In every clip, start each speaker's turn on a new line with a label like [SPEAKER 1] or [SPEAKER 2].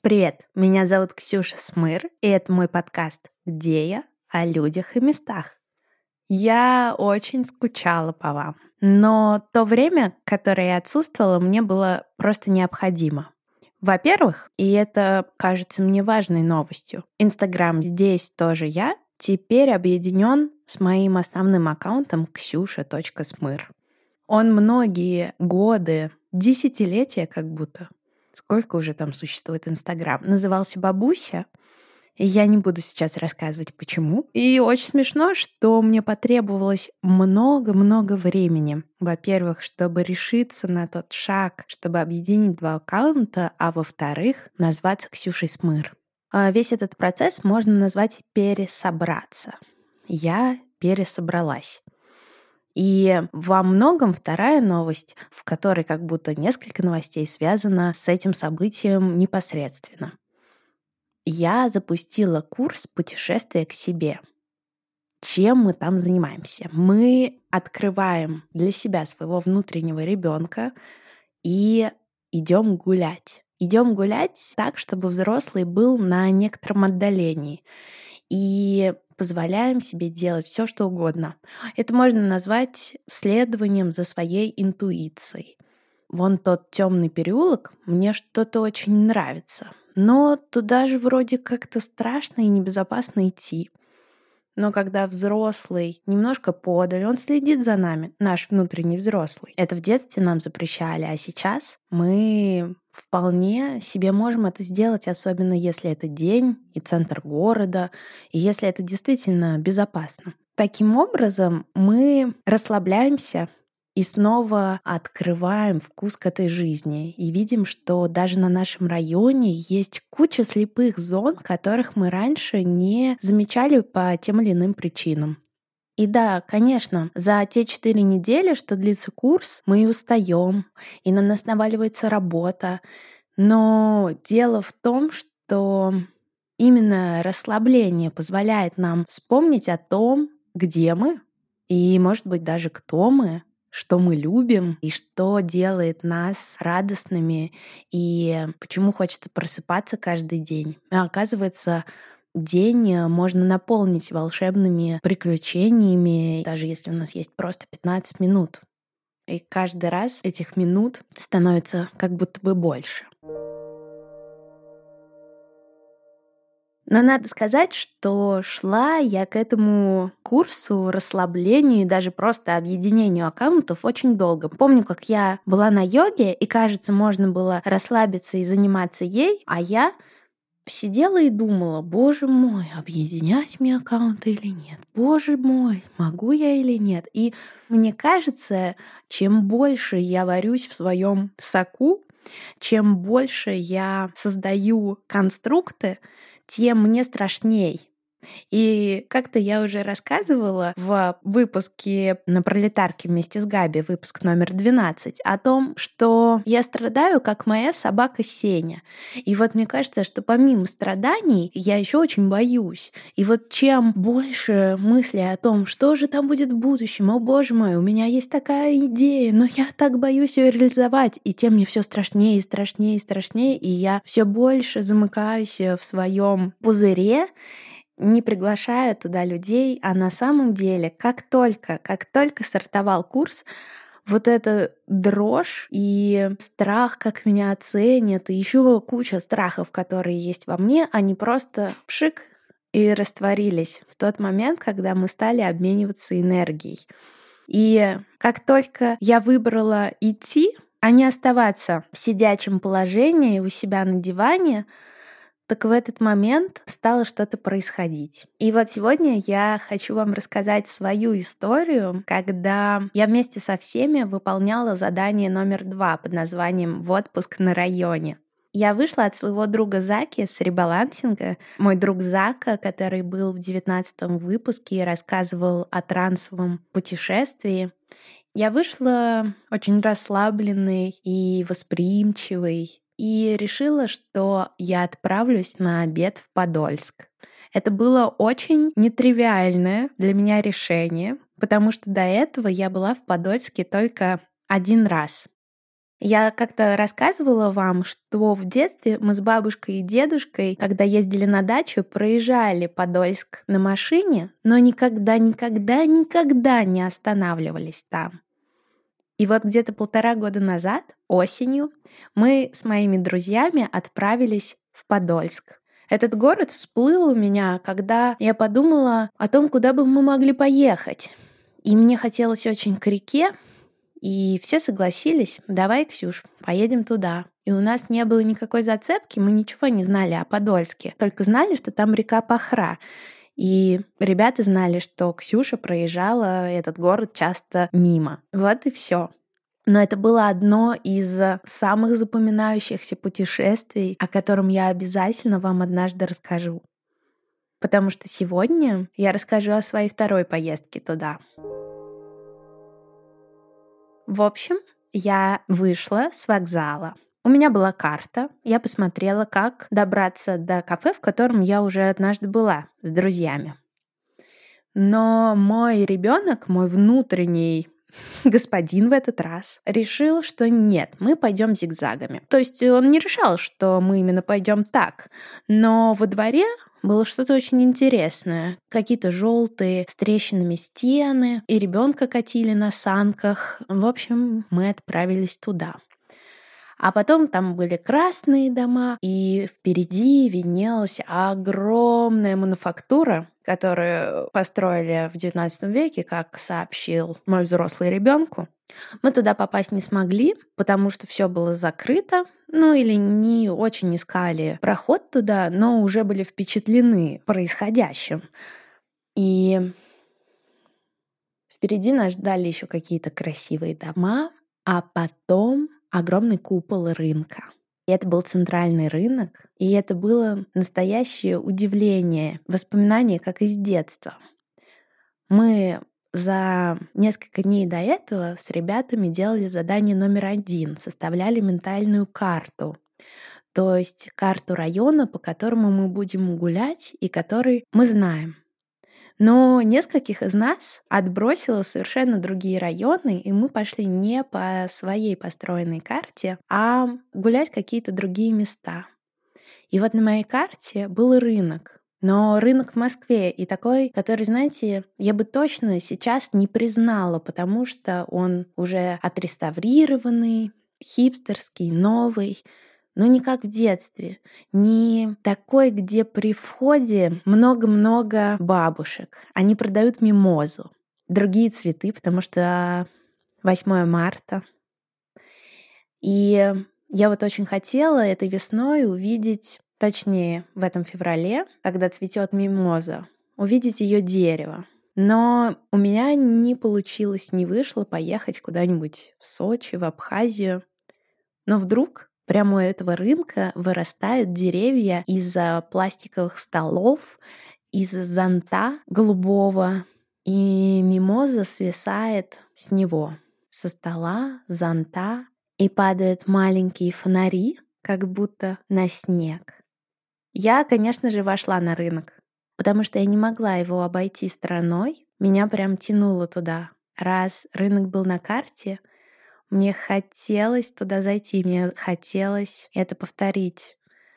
[SPEAKER 1] Привет, меня зовут Ксюша Смыр, и это мой подкаст «Где я?» О людях и местах. Я очень скучала по вам, но то время, которое я отсутствовала, мне было просто необходимо. Во-первых, и это кажется мне важной новостью, Инстаграм «Здесь тоже я» теперь объединен с моим основным аккаунтом ksyusha.smyr. Он многие годы, десятилетия как будто, сколько уже там существует Инстаграм, назывался «Бабуся». И я не буду сейчас рассказывать, почему. И очень смешно, что мне потребовалось много-много времени. Во-первых, чтобы решиться на тот шаг, чтобы объединить два аккаунта, а во-вторых, назваться Ксюшей Смыр. Весь этот процесс можно назвать «пересобраться». Я пересобралась. И во многом вторая новость, в которой как будто несколько новостей, связана с этим событием непосредственно. Я запустила курс «Путешествие к себе». Чем мы там занимаемся? Мы открываем для себя своего внутреннего ребенка и идем гулять. Идем гулять так, чтобы взрослый был на некотором отдалении. И позволяем себе делать все, что угодно. Это можно назвать следованием за своей интуицией. Вон тот темный переулок, мне что-то очень нравится. Но туда же вроде как-то страшно и небезопасно идти. Но когда взрослый немножко подаль, он следит за нами, наш внутренний взрослый. Это в детстве нам запрещали, а сейчас мы вполне себе можем это сделать, особенно если это день и центр города, и если это действительно безопасно. Таким образом, мы расслабляемся и снова открываем вкус к этой жизни и видим, что даже на нашем районе есть куча слепых зон, которых мы раньше не замечали по тем или иным причинам. И да, конечно, за те 4 недели, что длится курс, мы и устаем, и на нас наваливается работа. Но дело в том, что именно расслабление позволяет нам вспомнить о том, где мы, и, может быть, даже кто мы, что мы любим и что делает нас радостными, и почему хочется просыпаться каждый день. А оказывается, день можно наполнить волшебными приключениями, даже если у нас есть просто 15 минут. И каждый раз этих минут становится как будто бы больше. Но надо сказать, что шла я к этому курсу, расслаблению и даже просто объединению аккаунтов очень долго. Помню, как я была на йоге, и, кажется, можно было расслабиться и заниматься ей, а я сидела и думала: боже мой, объединять мне аккаунты или нет? Боже мой, могу я или нет? И мне кажется, чем больше я варюсь в своем соку, чем больше я создаю конструкты, тем мне страшней. И как-то я уже рассказывала в выпуске на пролетарке вместе с Габи, выпуск номер 12, о том, что я страдаю, как моя собака Сеня. И вот мне кажется, что помимо страданий я еще очень боюсь. И вот чем больше мыслей о том, что же там будет в будущем, о боже мой, у меня есть такая идея, но я так боюсь ее реализовать, и тем мне все страшнее и страшнее и страшнее, и я все больше замыкаюсь в своем пузыре, не приглашаю туда людей, а на самом деле, как только стартовал курс, вот эта дрожь и страх, как меня оценят, и еще куча страхов, которые есть во мне, они просто пшик и растворились в тот момент, когда мы стали обмениваться энергией. И как только я выбрала идти, а не оставаться в сидячем положении у себя на диване, так в этот момент стало что-то происходить. И вот сегодня я хочу вам рассказать свою историю, когда я вместе со всеми выполняла задание номер 2 под названием «В отпуск на районе». Я вышла от своего друга Заки с ребалансинга. Мой друг Зака, который был в 19-м выпуске и рассказывал о трансовом путешествии. Я вышла очень расслабленной и восприимчивой, и решила, что я отправлюсь на обед в Подольск. Это было очень нетривиальное для меня решение, потому что до этого я была в Подольске только один раз. Я как-то рассказывала вам, что в детстве мы с бабушкой и дедушкой, когда ездили на дачу, проезжали Подольск на машине, но никогда не останавливались там. И вот где-то 1,5 года назад, осенью, мы с моими друзьями отправились в Подольск. Этот город всплыл у меня, когда я подумала о том, куда бы мы могли поехать. И мне хотелось очень к реке, и все согласились: давай, Ксюш, поедем туда. И у нас не было никакой зацепки, мы ничего не знали о Подольске, только знали, что там река Пахра. И ребята знали, что Ксюша проезжала этот город часто мимо. Вот и все. Но это было одно из самых запоминающихся путешествий, о котором я обязательно вам однажды расскажу. Потому что сегодня я расскажу о своей второй поездке туда. В общем, я вышла с вокзала. У меня была карта. Я посмотрела, как добраться до кафе, в котором я уже однажды была с друзьями. Но мой ребенок, мой внутренний господин в этот раз решил, что нет, мы пойдем зигзагами. То есть он не решал, что мы именно пойдем так. Но во дворе было что-то очень интересное. Какие-то желтые с трещинами стены, и ребенка катили на санках. В общем, мы отправились туда. А потом там были красные дома, и впереди виднелась огромная мануфактура, которую построили в XIX веке, как сообщил мой взрослый ребенку. Мы туда попасть не смогли, потому что все было закрыто, или не очень искали проход туда, но уже были впечатлены происходящим. И впереди нас ждали еще какие-то красивые дома, а потом огромный купол рынка. И это был центральный рынок, и это было настоящее удивление, воспоминание, как из детства. Мы за несколько дней до этого с ребятами делали задание номер 1, составляли ментальную карту. То есть карту района, по которому мы будем гулять и который мы знаем. Но нескольких из нас отбросило совершенно другие районы, и мы пошли не по своей построенной карте, а гулять какие-то другие места. И вот на моей карте был рынок. Но рынок в Москве, и такой, который, знаете, я бы точно сейчас не признала, потому что он уже отреставрированный, хипстерский, новый. Но не как в детстве, не такой, где при входе много-много бабушек. Они продают мимозу, другие цветы, потому что 8 марта. И я вот очень хотела этой весной увидеть, точнее, в этом феврале, когда цветет мимоза, увидеть ее дерево. Но у меня не получилось, не вышло поехать куда-нибудь в Сочи, в Абхазию. Но вдруг прямо у этого рынка вырастают деревья из пластиковых столов, из зонта голубого, и мимоза свисает с него, со стола, зонта, и падают маленькие фонари, как будто на снег. Я, конечно же, вошла на рынок, потому что я не могла его обойти стороной. Меня прям тянуло туда. Раз рынок был на карте, мне хотелось туда зайти, мне хотелось это повторить.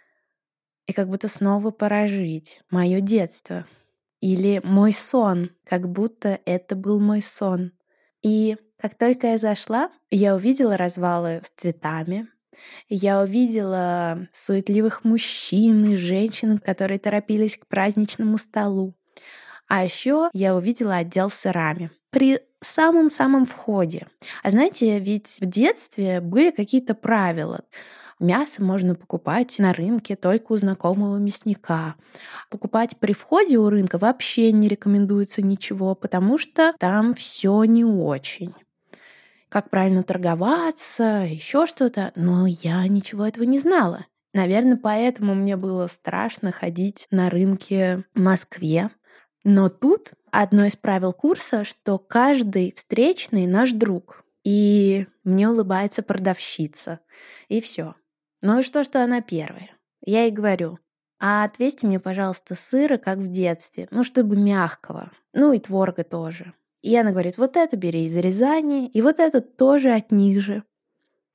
[SPEAKER 1] И как будто снова прожить мое детство. Или мой сон, как будто это был мой сон. И как только я зашла, я увидела развалы с цветами, я увидела суетливых мужчин и женщин, которые торопились к праздничному столу. А еще я увидела отдел с сырами при самом-самом входе. А знаете, ведь в детстве были какие-то правила. Мясо можно покупать на рынке только у знакомого мясника. Покупать при входе у рынка вообще не рекомендуется ничего, потому что там все не очень. Как правильно торговаться, еще что-то, но я ничего этого не знала. Наверное, поэтому мне было страшно ходить на рынке в Москве. Но тут одно из правил курса, что каждый встречный наш друг. И мне улыбается продавщица. И все. Ну и что она первая? Я ей говорю: а отвесьте мне, пожалуйста, сыра, как в детстве, чтобы мягкого. И творога тоже. И она говорит: вот это бери из Рязани, и вот это тоже от них же.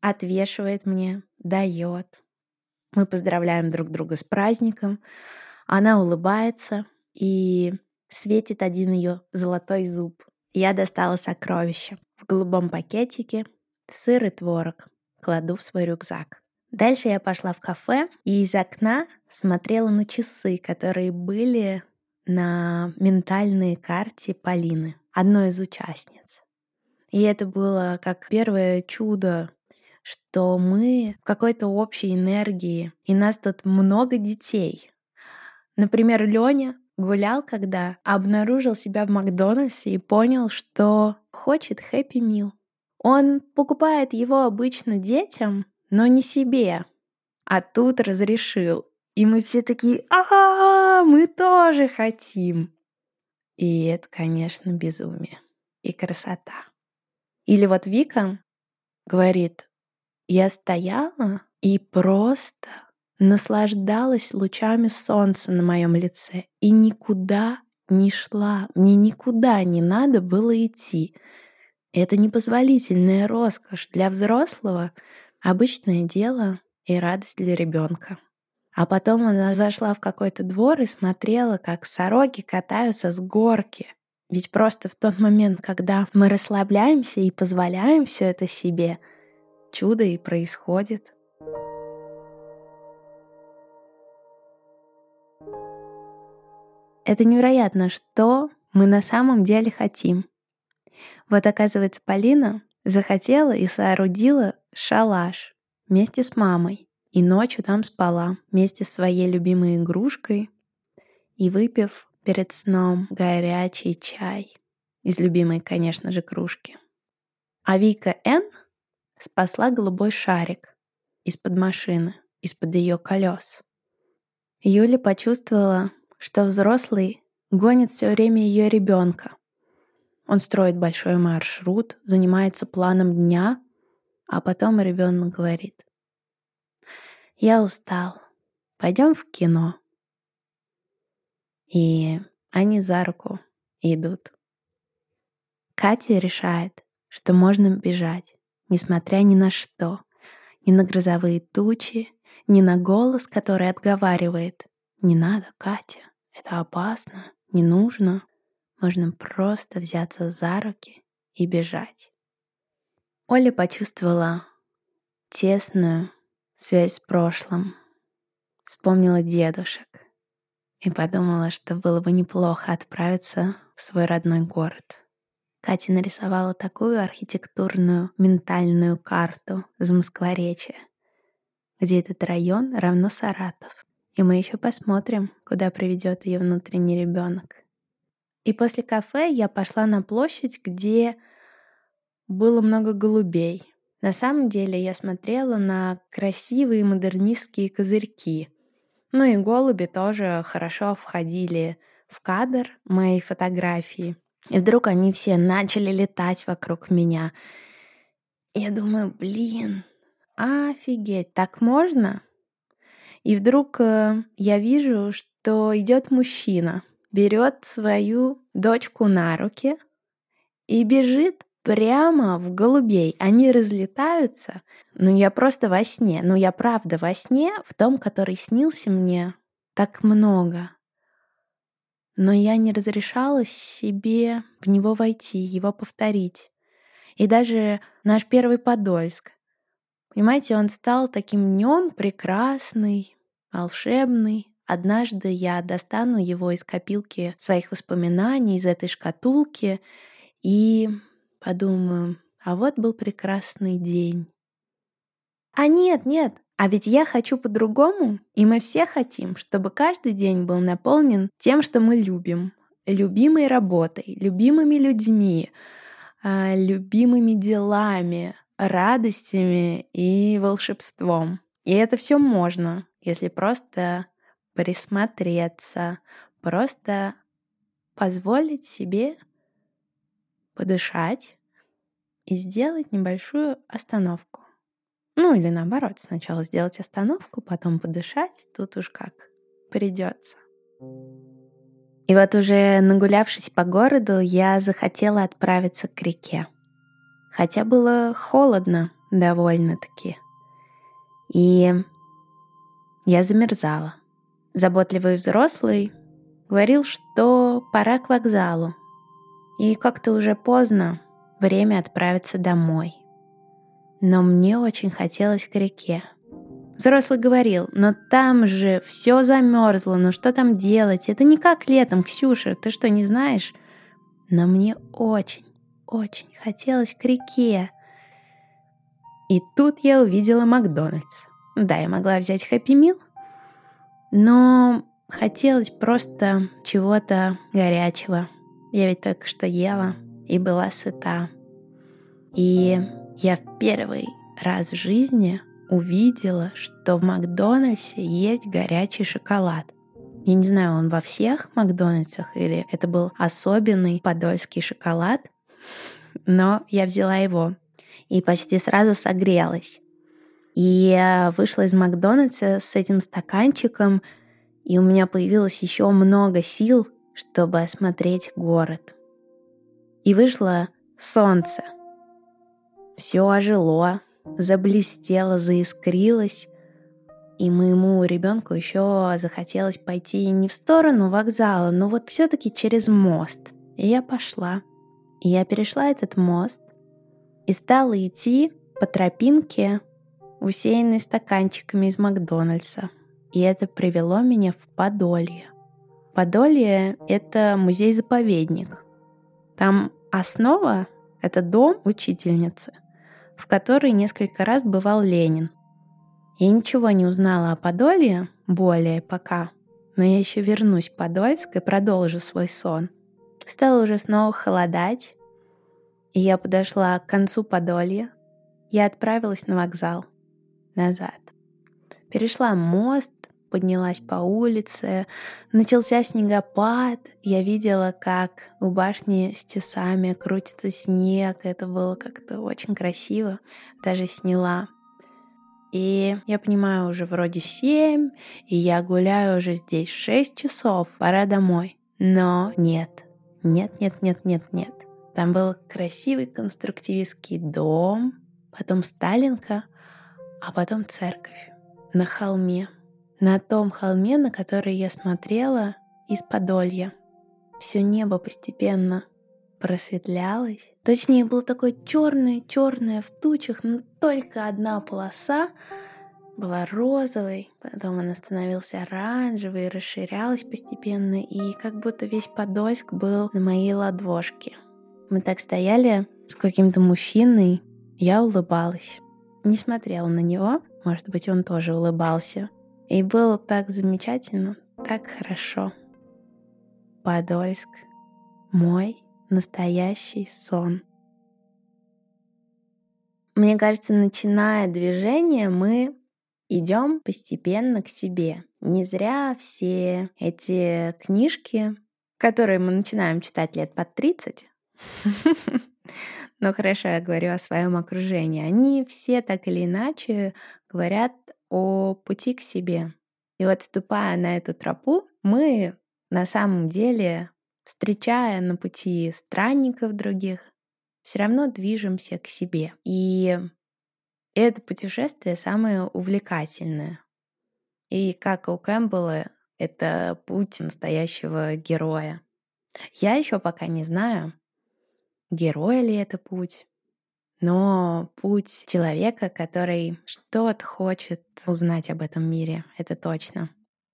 [SPEAKER 1] отвешивает мне, дает. Мы поздравляем друг друга с праздником. Она улыбается, и светит один ее золотой зуб. Я достала сокровище в голубом пакетике, сыр и творог. Кладу в свой рюкзак. Дальше я пошла в кафе и из окна смотрела на часы, которые были на ментальной карте Полины, одной из участниц. И это было как первое чудо, что мы в какой-то общей энергии, и нас тут много детей. Например, Лёня гулял, когда обнаружил себя в Макдональдсе и понял, что хочет Happy Meal. Он покупает его обычно детям, но не себе, а тут разрешил. И мы все такие: мы тоже хотим. И это, конечно, безумие и красота. Или вот Вика говорит: я стояла и просто наслаждалась лучами солнца на моем лице и никуда не шла. Мне никуда не надо было идти. Это непозволительная роскошь для взрослого, обычное дело и радость для ребенка. А потом она зашла в какой-то двор и смотрела, как сороки катаются с горки. Ведь просто в тот момент, когда мы расслабляемся и позволяем все это себе, чудо и происходит. Это невероятно, что мы на самом деле хотим. Вот, оказывается, Полина захотела и соорудила шалаш вместе с мамой. И ночью там спала вместе с своей любимой игрушкой и выпив перед сном горячий чай из любимой, конечно же, кружки. А Вика Н спасла голубой шарик из-под машины, из-под ее колес. Юля почувствовала, что взрослый гонит все время ее ребенка. Он строит большой маршрут, занимается планом дня, а потом ребенок говорит: я устал, пойдем в кино. И они за руку идут. Катя решает, что можно бежать, несмотря ни на что, ни на грозовые тучи, ни на голос, который отговаривает: не надо, Катя, это опасно, не нужно. Можно просто взяться за руки и бежать. Оля почувствовала тесную связь с прошлым, вспомнила дедушек и подумала, что было бы неплохо отправиться в свой родной город. Катя нарисовала такую архитектурную ментальную карту Замоскворечья, где этот район равно Саратов. И мы еще посмотрим, куда приведет ее внутренний ребенок. И после кафе я пошла на площадь, где было много голубей. На самом деле я смотрела на красивые модернистские козырьки. Ну и голуби тоже хорошо входили в кадр моей фотографии. И вдруг они все начали летать вокруг меня. Я думаю, офигеть, так можно? И вдруг я вижу, что идет мужчина, берет свою дочку на руки и бежит прямо в голубей. Они разлетаются. Я просто во сне. Я правда во сне, в том, который снился мне так много. Но я не разрешала себе в него войти, его повторить. И даже наш первый Подольск. Понимаете, он стал таким днем прекрасный, волшебный. Однажды я достану его из копилки своих воспоминаний, из этой шкатулки, и подумаю, а вот был прекрасный день. А нет, а ведь я хочу по-другому, и мы все хотим, чтобы каждый день был наполнен тем, что мы любим. Любимой работой, любимыми людьми, любимыми делами, радостями и волшебством. И это все можно, если просто присмотреться, просто позволить себе подышать и сделать небольшую остановку. Или наоборот, сначала сделать остановку, потом подышать, тут уж как придется. И вот уже нагулявшись по городу, я захотела отправиться к реке. Хотя было холодно, довольно-таки. И я замерзала. Заботливый взрослый говорил, что пора к вокзалу. И как-то уже поздно, время отправиться домой. Но мне очень хотелось к реке. Взрослый говорил: но там же все замерзло, ну что там делать? Это не как летом, Ксюша, ты что, не знаешь? Но мне очень, очень хотелось к реке. И тут я увидела Макдональдс. Да, я могла взять Хэппи Мил, но хотелось просто чего-то горячего. Я ведь только что ела и была сыта. И я в первый раз в жизни увидела, что в Макдональдсе есть горячий шоколад. Я не знаю, он во всех Макдональдсах или это был особенный подольский шоколад, но я взяла его и почти сразу согрелась. И я вышла из Макдональдса с этим стаканчиком, и у меня появилось еще много сил, чтобы осмотреть город. И вышло солнце. Все ожило, заблестело, заискрилось. И моему ребенку еще захотелось пойти не в сторону вокзала, но вот все-таки через мост. И я пошла. И я перешла этот мост и стала идти по тропинке, усеянной стаканчиками из Макдональдса. И это привело меня в Подолье. Подолье — это музей-заповедник. Там основа — это дом учительницы, в который несколько раз бывал Ленин. Я ничего не узнала о Подолье более пока, но я еще вернусь в Подольск и продолжу свой сон. Стало уже снова холодать, и я подошла к концу Подолья. Я отправилась на вокзал назад. Перешла мост, поднялась по улице, начался снегопад. Я видела, как у башни с часами крутится снег. Это было как-то очень красиво. Даже сняла. И я понимаю, уже вроде 7, и я гуляю уже здесь 6 часов, пора домой. Но нет. Там был красивый конструктивистский дом, потом Сталинка, а потом церковь на холме. На том холме, на который я смотрела из Подолья. Все небо постепенно просветлялось. Точнее, было такое черное в тучах, но только одна полоса была розовой, потом она становилась оранжевой, расширялась постепенно, и как будто весь Подольск был на моей ладошке. Мы так стояли с каким-то мужчиной, я улыбалась. Не смотрела на него, может быть, он тоже улыбался. И было так замечательно, так хорошо. Подольск — мой настоящий сон. Мне кажется, начиная движение, мы идем постепенно к себе. Не зря все эти книжки, которые мы начинаем читать лет под 30, но хорошо, я говорю о своем окружении, они все так или иначе говорят о пути к себе. И вот, ступая на эту тропу, мы на самом деле, встречая на пути странников других, все равно движемся к себе. И это путешествие самое увлекательное. И как у Кэмпбелла, это путь настоящего героя. Я еще пока не знаю, герой ли это путь, но путь человека, который что-то хочет узнать об этом мире, это точно.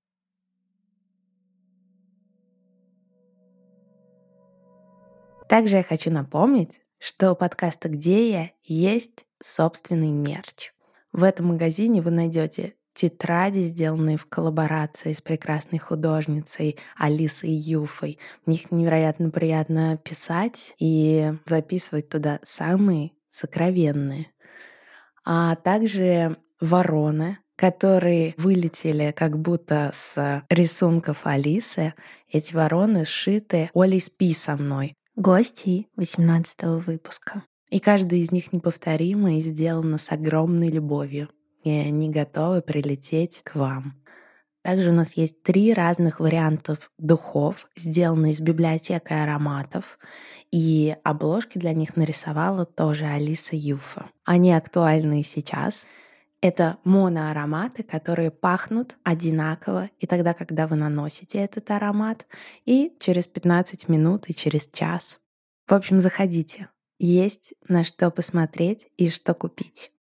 [SPEAKER 1] Также я хочу напомнить, что у подкаста «Где я» есть собственный мерч. В этом магазине вы найдете тетради, сделанные в коллаборации с прекрасной художницей Алисой Юфой. В них невероятно приятно писать и записывать туда самые сокровенные. А также вороны, которые вылетели как будто с рисунков Алисы. Эти вороны сшиты Олей Спи со мной, гостьей 18 выпуска. И каждая из них неповторима и сделана с огромной любовью. И они готовы прилететь к вам. Также у нас есть 3 разных вариантов духов, сделанные из библиотеки ароматов, и обложки для них нарисовала тоже Алиса Юфа. Они актуальны и сейчас. Это моноароматы, которые пахнут одинаково и тогда, когда вы наносите этот аромат, и через 15 минут, и через час. В общем, заходите. Есть на что посмотреть и что купить.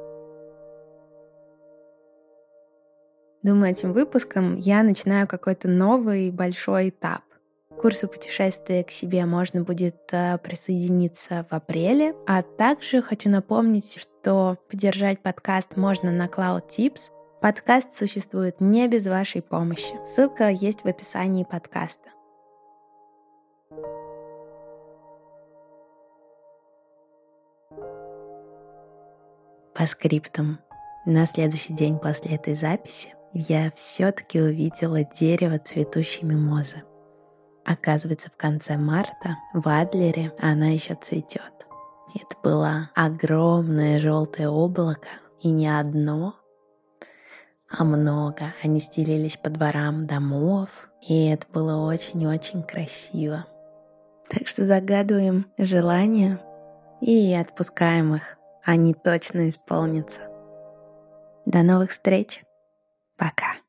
[SPEAKER 1] Думаю, этим выпуском я начинаю какой-то новый большой этап. К курсу путешествия к себе можно будет присоединиться в апреле, а также хочу напомнить, что поддержать подкаст можно на Cloud Tips. Подкаст существует не без вашей помощи. Ссылка есть в описании подкаста. По скриптам. На следующий день после этой записи я все-таки увидела дерево цветущей мимозы. Оказывается, в конце марта в Адлере она еще цветет. Это было огромное желтое облако, и не одно, а много. Они стелились по дворам домов, и это было очень-очень красиво. Так что загадываем желания и отпускаем их. Они точно исполнятся. До новых встреч. Пока.